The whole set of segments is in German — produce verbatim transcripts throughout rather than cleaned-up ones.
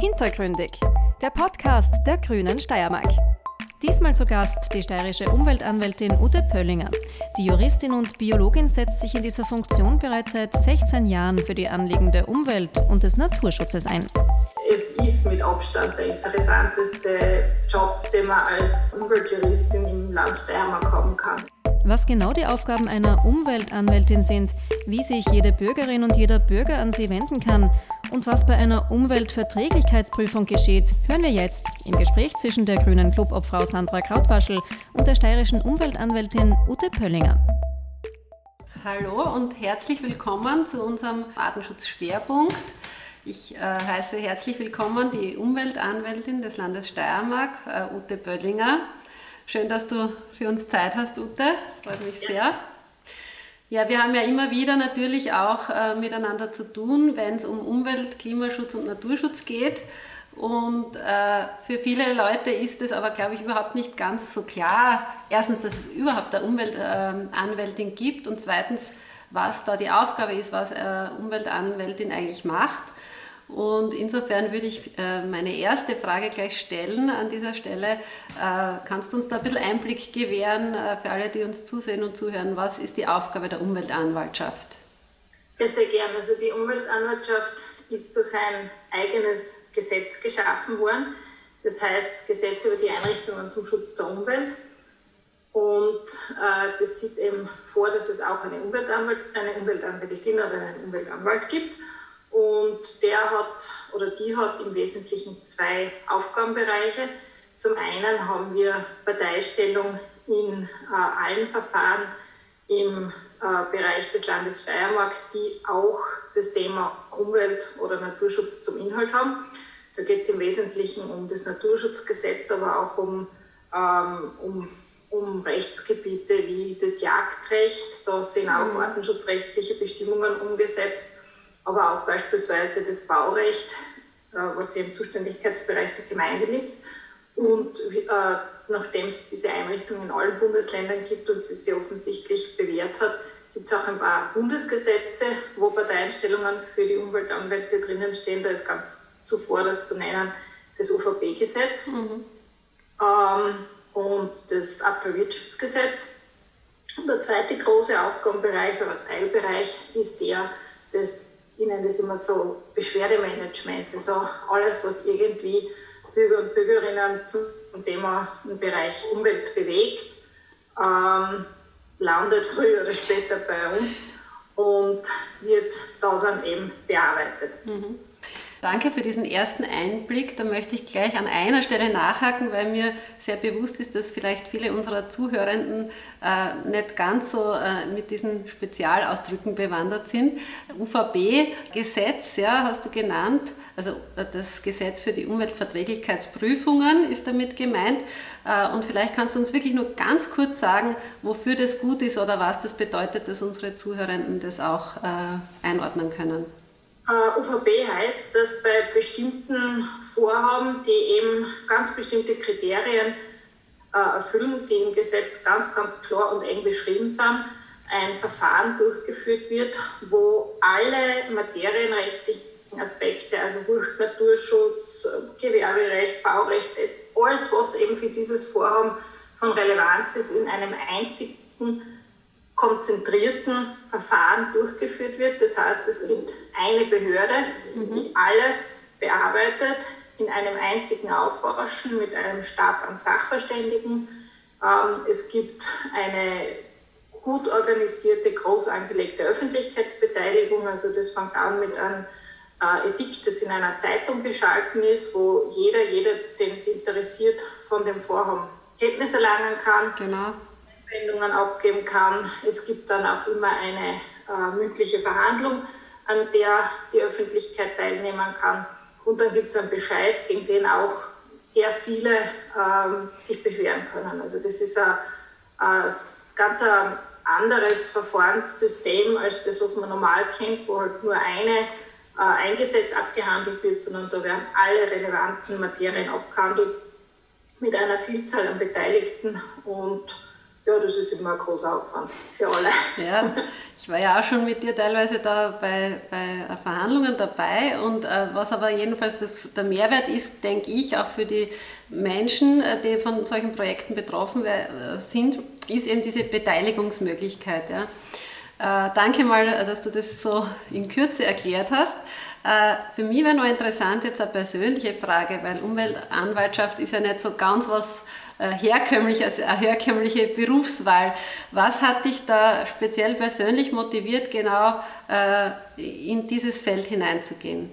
Hintergründig, der Podcast der Grünen Steiermark. Diesmal zu Gast die steirische Umweltanwältin Ute Pöllinger. Die Juristin und Biologin setzt sich in dieser Funktion bereits seit sechzehn Jahren für die Anliegen der Umwelt und des Naturschutzes ein. Es ist mit Abstand der interessanteste Job, den man als Umweltjuristin im Land Steiermark haben kann. Was genau die Aufgaben einer Umweltanwältin sind, wie sich jede Bürgerin und jeder Bürger an sie wenden kann und was bei einer Umweltverträglichkeitsprüfung geschieht, hören wir jetzt im Gespräch zwischen der grünen Clubobfrau Sandra Krautwaschel und der steirischen Umweltanwältin Ute Pöllinger. Hallo und herzlich willkommen zu unserem Artenschutzschwerpunkt. Ich äh, heiße herzlich willkommen die Umweltanwältin des Landes Steiermark, äh, Ute Pöllinger. Schön, dass du für uns Zeit hast, Ute. Freut mich sehr. Ja, wir haben ja immer wieder natürlich auch äh, miteinander zu tun, wenn es um Umwelt, Klimaschutz und Naturschutz geht. Und äh, für viele Leute ist es aber, glaube ich, überhaupt nicht ganz so klar. Erstens, dass es überhaupt eine Umweltanwältin äh, gibt und zweitens, was da die Aufgabe ist, was eine Umweltanwältin eigentlich macht. Und insofern würde ich äh, meine erste Frage gleich stellen an dieser Stelle. Äh, kannst du uns da ein bisschen Einblick gewähren äh, für alle, die uns zusehen und zuhören? Was ist die Aufgabe der Umweltanwaltschaft? Ja, sehr gerne. Also die Umweltanwaltschaft ist durch ein eigenes Gesetz geschaffen worden. Das heißt Gesetz über die Einrichtungen zum Schutz der Umwelt. Und äh, das sieht eben vor, dass es auch eine, Umweltanwalt, eine Umweltanwältin oder einen Umweltanwalt gibt. Und der hat oder die hat im Wesentlichen zwei Aufgabenbereiche. Zum einen haben wir Parteistellung in äh, allen Verfahren im äh, Bereich des Landes Steiermark, die auch das Thema Umwelt- oder Naturschutz zum Inhalt haben. Da geht es im Wesentlichen um das Naturschutzgesetz, aber auch um, ähm, um, um Rechtsgebiete wie das Jagdrecht. Da sind auch artenschutzrechtliche Bestimmungen umgesetzt. Aber auch beispielsweise das Baurecht, was hier im Zuständigkeitsbereich der Gemeinde liegt. Und äh, nachdem es diese Einrichtung in allen Bundesländern gibt und sie sich offensichtlich bewährt hat, gibt es auch ein paar Bundesgesetze, wo Parteieinstellungen für die Umweltanwälte drinnen stehen. Da ist ganz zuvor das zu nennen, das U V B-Gesetz mhm. ähm, und das Abfallwirtschaftsgesetz. Und der zweite große Aufgabenbereich oder Teilbereich ist der des Ich nenne das immer so Beschwerdemanagement, also alles, was irgendwie Bürger und Bürgerinnen zum Thema im Bereich Umwelt bewegt, ähm, landet früher oder später bei uns und wird da dann eben bearbeitet. Mhm. Danke für diesen ersten Einblick. Da möchte ich gleich an einer Stelle nachhaken, weil mir sehr bewusst ist, dass vielleicht viele unserer Zuhörenden äh, nicht ganz so äh, mit diesen Spezialausdrücken bewandert sind. U V B-Gesetz, ja, hast du genannt, also das Gesetz für die Umweltverträglichkeitsprüfungen ist damit gemeint. Äh, und vielleicht kannst du uns wirklich nur ganz kurz sagen, wofür das gut ist oder was das bedeutet, dass unsere Zuhörenden das auch äh, einordnen können. Uh, U V B heißt, dass bei bestimmten Vorhaben, die eben ganz bestimmte Kriterien uh, erfüllen, die im Gesetz ganz, ganz klar und eng beschrieben sind, ein Verfahren durchgeführt wird, wo alle materienrechtlichen Aspekte, also wurscht Naturschutz, Gewerberecht, Baurecht, alles, was eben für dieses Vorhaben von Relevanz ist, in einem einzigen konzentrierten Verfahren durchgeführt wird. Das heißt, es gibt eine Behörde, die alles bearbeitet, in einem einzigen Aufforschen mit einem Stab an Sachverständigen. Es gibt eine gut organisierte, groß angelegte Öffentlichkeitsbeteiligung. Also das fängt an mit einem Edikt, das in einer Zeitung geschalten ist, wo jeder, jeder, den es interessiert, von dem Vorhaben Kenntnis erlangen kann. Genau. Anwendungen abgeben kann. Es gibt dann auch immer eine äh, mündliche Verhandlung, an der die Öffentlichkeit teilnehmen kann. Und dann gibt es einen Bescheid, gegen den auch sehr viele ähm, sich beschweren können. Also das ist ein, ein ganz ein anderes Verfahrenssystem als das, was man normal kennt, wo halt nur eine, äh, ein Gesetz abgehandelt wird, sondern da werden alle relevanten Materien abgehandelt mit einer Vielzahl an Beteiligten und ja, das ist immer ein großer Aufwand für alle. Ja, ich war ja auch schon mit dir teilweise da bei, bei Verhandlungen dabei und äh, was aber jedenfalls das, der Mehrwert ist, denke ich, auch für die Menschen, die von solchen Projekten betroffen sind, ist eben diese Beteiligungsmöglichkeit. Ja. Äh, danke mal, dass du das so in Kürze erklärt hast. Äh, für mich wäre noch interessant jetzt eine persönliche Frage, weil Umweltanwaltschaft ist ja nicht so ganz was äh, herkömmliches, eine herkömmliche Berufswahl. Was hat dich da speziell persönlich motiviert, genau äh, in dieses Feld hineinzugehen?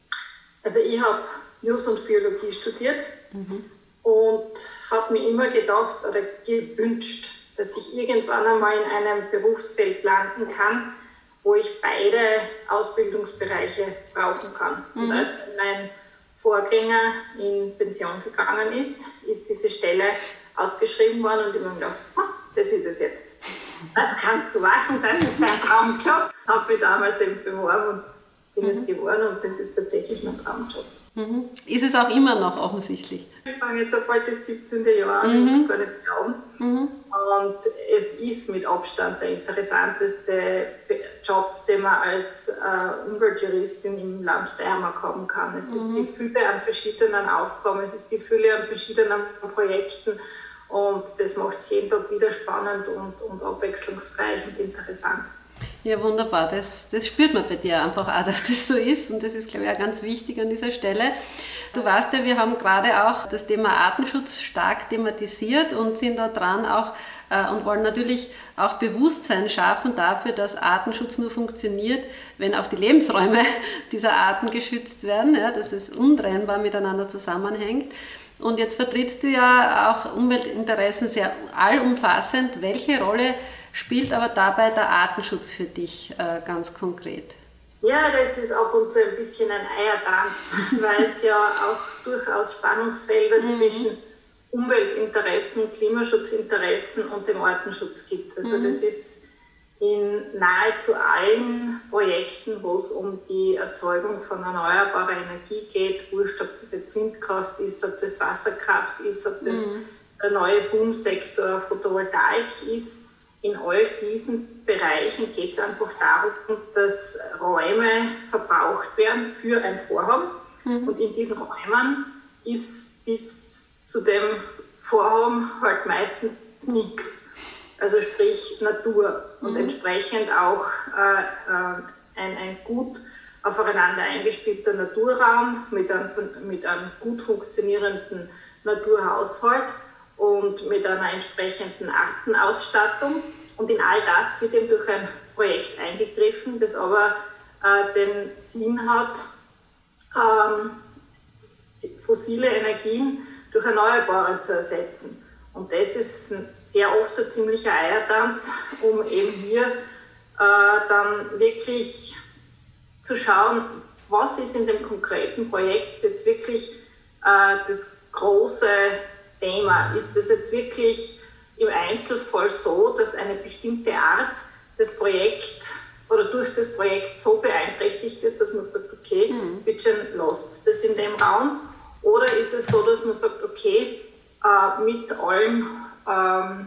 Also ich habe Jus und Biologie studiert mhm. und habe mir immer gedacht oder gewünscht, dass ich irgendwann einmal in einem Berufsfeld landen kann, wo ich beide Ausbildungsbereiche brauchen kann. Mhm. Und als mein Vorgänger in Pension gegangen ist, ist diese Stelle ausgeschrieben worden und ich habe mir gedacht, oh, das ist es jetzt. Das kannst du machen, das ist dein Traumjob. Ich habe mich damals eben beworben und bin mhm. es geworden und das ist tatsächlich mein Traumjob. Mhm. Ist es auch immer noch offensichtlich? Ich fange jetzt bald das siebzehnte Jahr an, ich muss gar nicht glauben. Mhm. Und es ist mit Abstand der interessanteste Job, den man als äh, Umweltjuristin im Land Steiermark haben kann. Es mhm. ist die Fülle an verschiedenen Aufgaben, es ist die Fülle an verschiedenen Projekten und das macht es jeden Tag wieder spannend und, und abwechslungsreich und interessant. Ja, wunderbar. Das, das spürt man bei dir einfach auch, dass das so ist und das ist, glaube ich, auch ganz wichtig an dieser Stelle. Du weißt ja, wir haben gerade auch das Thema Artenschutz stark thematisiert und sind da dran auch äh, und wollen natürlich auch Bewusstsein schaffen dafür, dass Artenschutz nur funktioniert, wenn auch die Lebensräume dieser Arten geschützt werden, ja, dass es untrennbar miteinander zusammenhängt. Und jetzt vertrittst du ja auch Umweltinteressen sehr allumfassend. Welche Rolle spielt aber dabei der Artenschutz für dich äh, ganz konkret? Ja, das ist ab und zu ein bisschen ein Eiertanz, weil es ja auch durchaus Spannungsfelder mhm. zwischen Umweltinteressen, Klimaschutzinteressen und dem Artenschutz gibt. Also mhm. das ist in nahezu allen Projekten, wo es um die Erzeugung von erneuerbarer Energie geht, wurscht, ob das jetzt Windkraft ist, ob das Wasserkraft ist, ob das mhm. der neue Boomsektor Photovoltaik ist, in all diesen Bereichen geht es einfach darum, dass Räume verbraucht werden für ein Vorhaben. Mhm. Und in diesen Räumen ist bis zu dem Vorhaben halt meistens nichts. Also sprich Natur und mhm. entsprechend auch äh, ein, ein gut aufeinander eingespielter Naturraum mit einem, mit einem gut funktionierenden Naturhaushalt und mit einer entsprechenden Artenausstattung. Und in all das wird eben durch ein Projekt eingegriffen, das aber äh, den Sinn hat, ähm, fossile Energien durch erneuerbare zu ersetzen. Und das ist sehr oft ein ziemlicher Eiertanz, um eben hier äh, dann wirklich zu schauen, was ist in dem konkreten Projekt jetzt wirklich äh, das große Thema. Ist das jetzt wirklich im Einzelfall so, dass eine bestimmte Art des Projekts oder durch das Projekt so beeinträchtigt wird, dass man sagt, okay, mhm. bitte lasst das in dem Raum? Oder ist es so, dass man sagt, okay, äh, mit allen ähm,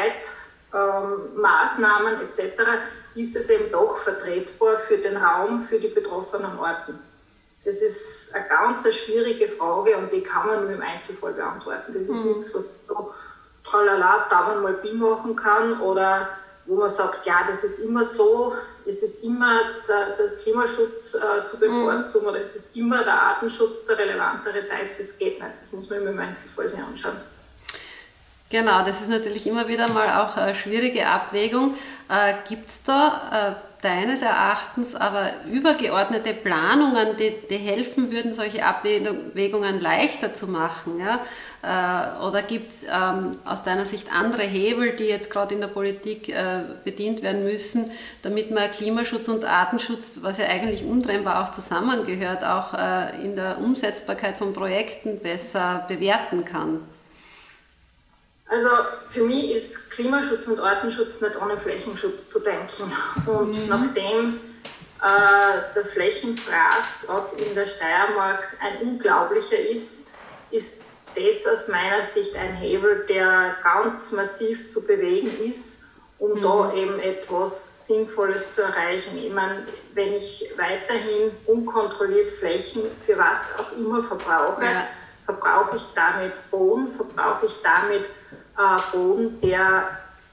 Begleitmaßnahmen ähm, et cetera ist es eben doch vertretbar für den Raum, für die betroffenen Orten? Das ist eine ganz schwierige Frage und die kann man nur im Einzelfall beantworten. Das ist mhm. nichts, was man so tralala, da man mal Bi machen kann oder wo man sagt, ja, das ist immer so, es ist immer der, der Klimaschutz äh, zu bevorzugen mhm. oder es ist immer der Artenschutz der relevantere Teil. Das geht nicht, das muss man immer im Einzelfall sich anschauen. Genau, das ist natürlich immer wieder mal auch eine schwierige Abwägung. Äh, Gibt es da äh, deines Erachtens aber übergeordnete Planungen, die, die helfen würden, solche Abwägungen leichter zu machen? Ja? Äh, oder gibt es ähm, aus deiner Sicht andere Hebel, die jetzt gerade in der Politik äh, bedient werden müssen, damit man Klimaschutz und Artenschutz, was ja eigentlich untrennbar auch zusammengehört, auch äh, in der Umsetzbarkeit von Projekten besser bewerten kann? Also für mich ist Klimaschutz und Artenschutz nicht ohne Flächenschutz zu denken. Und mhm. nachdem äh, der Flächenfraß gerade in der Steiermark ein unglaublicher ist, ist das aus meiner Sicht ein Hebel, der ganz massiv zu bewegen ist, um mhm. da eben etwas Sinnvolles zu erreichen. Ich meine, wenn ich weiterhin unkontrolliert Flächen für was auch immer verbrauche, ja. verbrauche ich damit Boden, verbrauche ich damit äh, Boden, der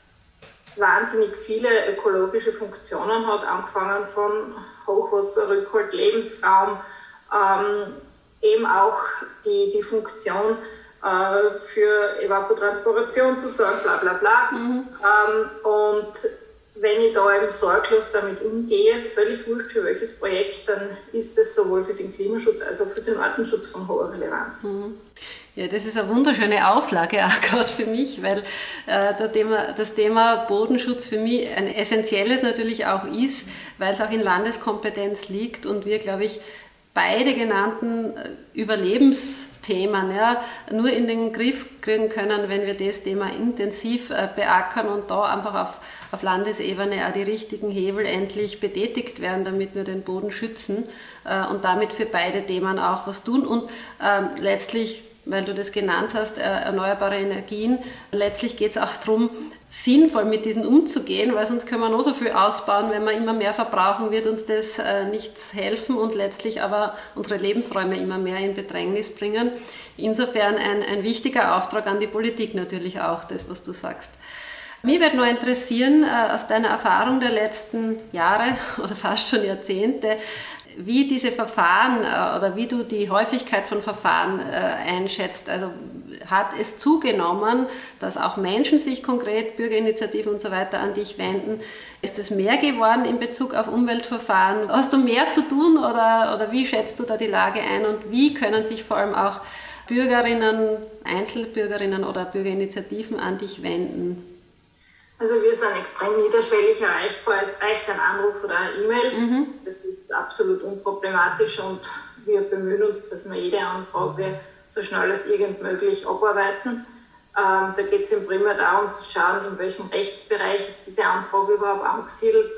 wahnsinnig viele ökologische Funktionen hat, angefangen von Hochwasserrückhalt, Lebensraum, ähm, eben auch die, die Funktion äh, für Evapotranspiration zu sorgen, bla bla bla. Mhm. Ähm, und wenn ich da eben sorglos damit umgehe, völlig wurscht für welches Projekt, dann ist das sowohl für den Klimaschutz als auch für den Artenschutz von hoher Relevanz. Mhm. Ja, das ist eine wunderschöne Auflage auch gerade für mich, weil äh, der Thema, das Thema Bodenschutz für mich ein essentielles natürlich auch ist, weil es auch in Landeskompetenz liegt und wir, glaube ich, beide genannten Überlebensthemen ja, nur in den Griff kriegen können, wenn wir das Thema intensiv äh, beackern und da einfach auf, auf Landesebene auch die richtigen Hebel endlich betätigt werden, damit wir den Boden schützen äh, und damit für beide Themen auch was tun und ähm, letztlich, weil du das genannt hast, erneuerbare Energien. Letztlich geht es auch darum, sinnvoll mit diesen umzugehen, weil sonst können wir noch so viel ausbauen, wenn wir immer mehr verbrauchen, wird uns das äh, nichts helfen und letztlich aber unsere Lebensräume immer mehr in Bedrängnis bringen. Insofern ein, ein wichtiger Auftrag an die Politik natürlich auch, das, was du sagst. Mich würde noch interessieren, äh, aus deiner Erfahrung der letzten Jahre oder fast schon Jahrzehnte, wie diese Verfahren äh, oder wie du die Häufigkeit von Verfahren äh, einschätzt. Also hat es zugenommen, dass auch Menschen sich konkret, Bürgerinitiativen und so weiter an dich wenden? Ist es mehr geworden in Bezug auf Umweltverfahren? Hast du mehr zu tun oder, oder wie schätzt du da die Lage ein und wie können sich vor allem auch Bürgerinnen, Einzelbürgerinnen oder Bürgerinitiativen an dich wenden? Also wir sind extrem niederschwellig erreichbar. Es reicht ein Anruf oder eine E-Mail. Mhm. Das ist absolut unproblematisch und wir bemühen uns, dass wir jede Anfrage so schnell als irgend möglich abarbeiten. Ähm, da geht es im Primär darum zu schauen, in welchem Rechtsbereich ist diese Anfrage überhaupt angesiedelt,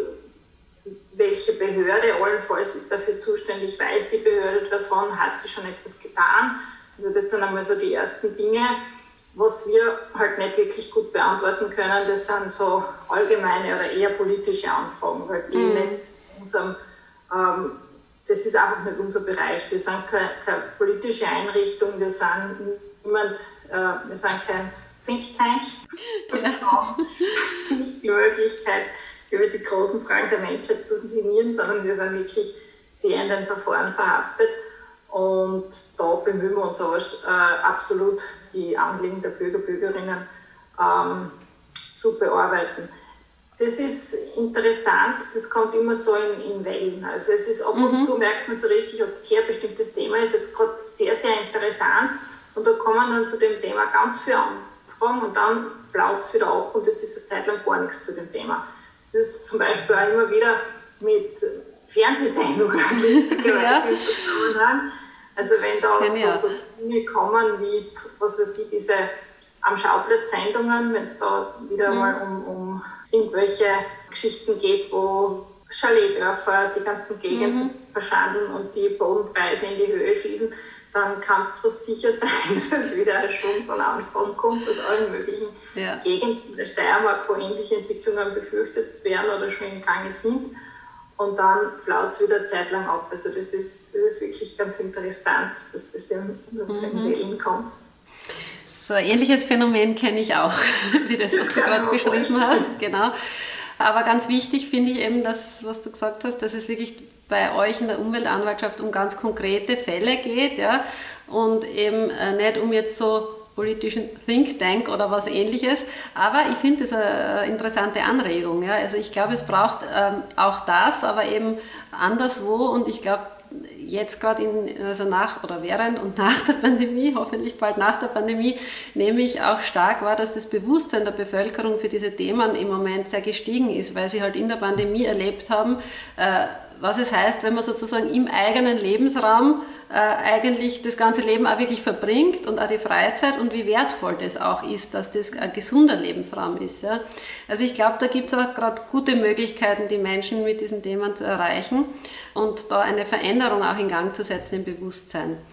welche Behörde allenfalls ist dafür zuständig, weiß die Behörde davon, hat sie schon etwas getan. Also das sind einmal so die ersten Dinge. Was wir halt nicht wirklich gut beantworten können, das sind so allgemeine oder eher politische Anfragen, weil die mhm. nicht in unserem, ähm, das ist einfach nicht unser Bereich. Wir sind keine, keine politische Einrichtung, wir sind niemand, äh, wir sind kein Think Tank. Wir haben nicht die Möglichkeit, über die großen Fragen der Menschheit zu sinnieren, sondern wir sind wirklich sehr in den Verfahren verhaftet. Und da bemühen wir uns auch äh, absolut, die Anliegen der Bürger, Bürgerinnen ähm, zu bearbeiten. Das ist interessant, das kommt immer so in, in Wellen. Also es ist ab und mhm. zu merkt man so richtig, okay, ein bestimmtes Thema ist jetzt gerade sehr, sehr interessant und da kommen dann zu dem Thema ganz viele Anfragen und dann flaut es wieder ab und es ist eine Zeit lang gar nichts zu dem Thema. Das ist zum Beispiel auch immer wieder mit Fernsehsendungen, lustigerweise im Zusammenhang. Also wenn da so, so Dinge kommen wie, was weiß ich, diese am Schauplatz-Sendungen, wenn es da wieder mhm. mal um, um irgendwelche Geschichten geht, wo Chaletdörfer die ganzen Gegenden mhm. verschandeln und die Bodenpreise in die Höhe schießen, dann kannst du fast sicher sein, dass wieder ein Schwung von Anfragen kommt aus allen möglichen ja. Gegenden der Steiermark, wo ähnliche Entwicklungen befürchtet werden oder schon im Gange sind. Und dann flaut es wieder eine Zeit lang ab. Also das ist, das ist wirklich ganz interessant, dass das in unseren mhm. Wellen kommt. So ein ähnliches Phänomen kenne ich auch, wie das, was du gerade beschrieben hast. Genau. Aber ganz wichtig finde ich eben das, was du gesagt hast, dass es wirklich bei euch in der Umweltanwaltschaft um ganz konkrete Fälle geht, ja, und eben nicht um jetzt so politischen Think Tank oder was Ähnliches. Aber ich finde das eine interessante Anregung. Ja. Also ich glaube, es braucht ähm, auch das, aber eben anderswo. Und ich glaube, jetzt gerade in, also nach oder während und nach der Pandemie, hoffentlich bald nach der Pandemie, nehme ich auch stark wahr, dass das Bewusstsein der Bevölkerung für diese Themen im Moment sehr gestiegen ist, weil sie halt in der Pandemie erlebt haben, äh, was es heißt, wenn man sozusagen im eigenen Lebensraum äh, eigentlich das ganze Leben auch wirklich verbringt und auch die Freizeit und wie wertvoll das auch ist, dass das ein gesunder Lebensraum ist. Ja. Also ich glaube, da gibt es auch gerade gute Möglichkeiten, die Menschen mit diesen Themen zu erreichen und da eine Veränderung auch in Gang zu setzen im Bewusstsein.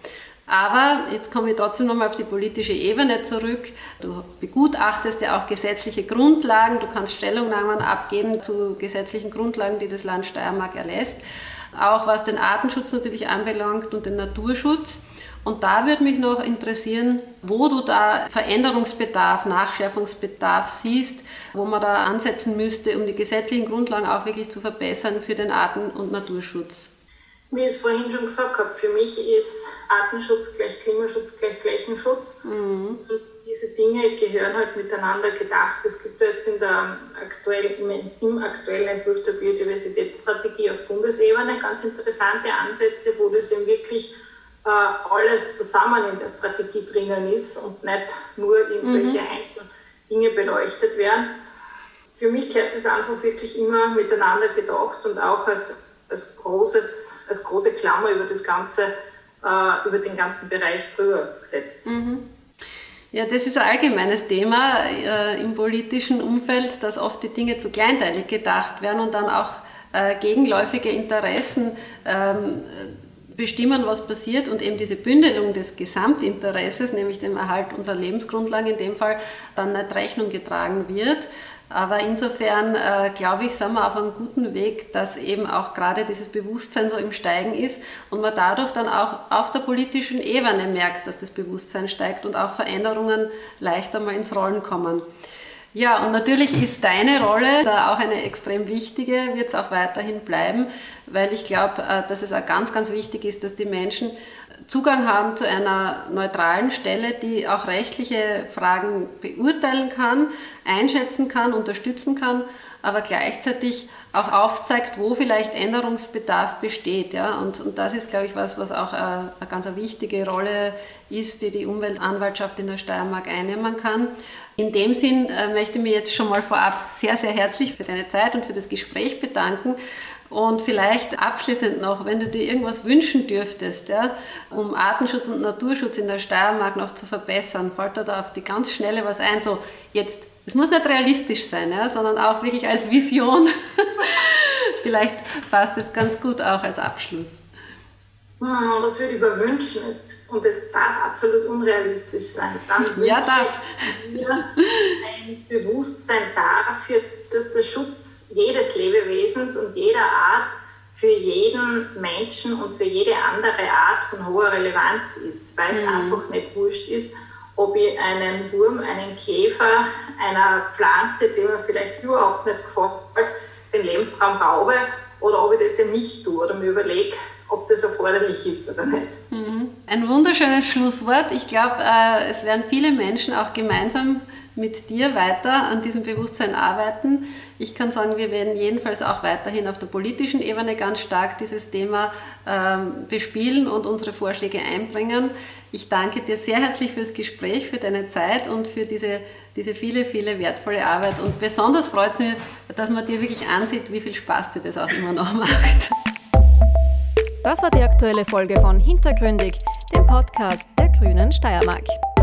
Aber jetzt komme ich trotzdem nochmal auf die politische Ebene zurück. Du begutachtest ja auch gesetzliche Grundlagen, du kannst Stellungnahmen abgeben zu gesetzlichen Grundlagen, die das Land Steiermark erlässt, auch was den Artenschutz natürlich anbelangt und den Naturschutz. Und da würde mich noch interessieren, wo du da Veränderungsbedarf, Nachschärfungsbedarf siehst, wo man da ansetzen müsste, um die gesetzlichen Grundlagen auch wirklich zu verbessern für den Arten- und Naturschutz. Wie ich es vorhin schon gesagt habe, für mich ist Artenschutz gleich Klimaschutz gleich Flächenschutz. Mhm. Und diese Dinge gehören halt miteinander gedacht. Es gibt jetzt in der aktuellen, im aktuellen Entwurf der Biodiversitätsstrategie auf Bundesebene ganz interessante Ansätze, wo das eben wirklich äh, alles zusammen in der Strategie drinnen ist und nicht nur irgendwelche mhm. einzelnen Dinge beleuchtet werden. Für mich gehört das einfach wirklich immer miteinander gedacht und auch als als, großes, als große Klammer über das Ganze, äh, über den ganzen Bereich drüber gesetzt. Mhm. Ja, das ist ein allgemeines Thema äh, im politischen Umfeld, dass oft die Dinge zu kleinteilig gedacht werden und dann auch äh, gegenläufige Interessen ähm, bestimmen, was passiert und eben diese Bündelung des Gesamtinteresses, nämlich dem Erhalt unserer Lebensgrundlagen in dem Fall, dann nicht Rechnung getragen wird. Aber insofern, äh, glaube ich, sind wir auf einem guten Weg, dass eben auch gerade dieses Bewusstsein so im Steigen ist und man dadurch dann auch auf der politischen Ebene merkt, dass das Bewusstsein steigt und auch Veränderungen leichter mal ins Rollen kommen. Ja, und natürlich ist deine Rolle da auch eine extrem wichtige, wird es auch weiterhin bleiben, weil ich glaube, äh, dass es auch ganz, ganz wichtig ist, dass die Menschen Zugang haben zu einer neutralen Stelle, die auch rechtliche Fragen beurteilen kann, einschätzen kann, unterstützen kann, aber gleichzeitig auch aufzeigt, wo vielleicht Änderungsbedarf besteht. Ja? Und, und das ist, glaube ich, was, was auch eine, eine ganz eine wichtige Rolle ist, die die Umweltanwaltschaft in der Steiermark einnehmen kann. In dem Sinn äh, möchte ich mich jetzt schon mal vorab sehr, sehr herzlich für deine Zeit und für das Gespräch bedanken. Und vielleicht abschließend noch, wenn du dir irgendwas wünschen dürftest, ja, um Artenschutz und Naturschutz in der Steiermark noch zu verbessern, fällt dir da auf die ganz Schnelle was ein, so jetzt, es muss nicht realistisch sein, ja, sondern auch wirklich als Vision. Vielleicht passt es ganz gut auch als Abschluss. Was würde ich mir wünschen, und es darf absolut unrealistisch sein, dann wünsche ja, darf. ich mir ein Bewusstsein dafür, dass der Schutz jedes Lebewesens und jeder Art für jeden Menschen und für jede andere Art von hoher Relevanz ist, weil es mhm. einfach nicht wurscht ist, ob ich einen Wurm, einen Käfer, einer Pflanze, die mir vielleicht überhaupt nicht gefällt, den Lebensraum raube oder ob ich das eben nicht tue oder mir überlege, ob das erforderlich ist oder nicht. Mhm. Ein wunderschönes Schlusswort. Ich glaube, äh, es werden viele Menschen auch gemeinsam mit dir weiter an diesem Bewusstsein arbeiten. Ich kann sagen, wir werden jedenfalls auch weiterhin auf der politischen Ebene ganz stark dieses Thema ähm, bespielen und unsere Vorschläge einbringen. Ich danke dir sehr herzlich fürs Gespräch, für deine Zeit und für diese, diese viele, viele wertvolle Arbeit. Und besonders freut es mich, dass man dir wirklich ansieht, wie viel Spaß dir das auch immer noch macht. Das war die aktuelle Folge von Hintergründig, dem Podcast der Grünen Steiermark.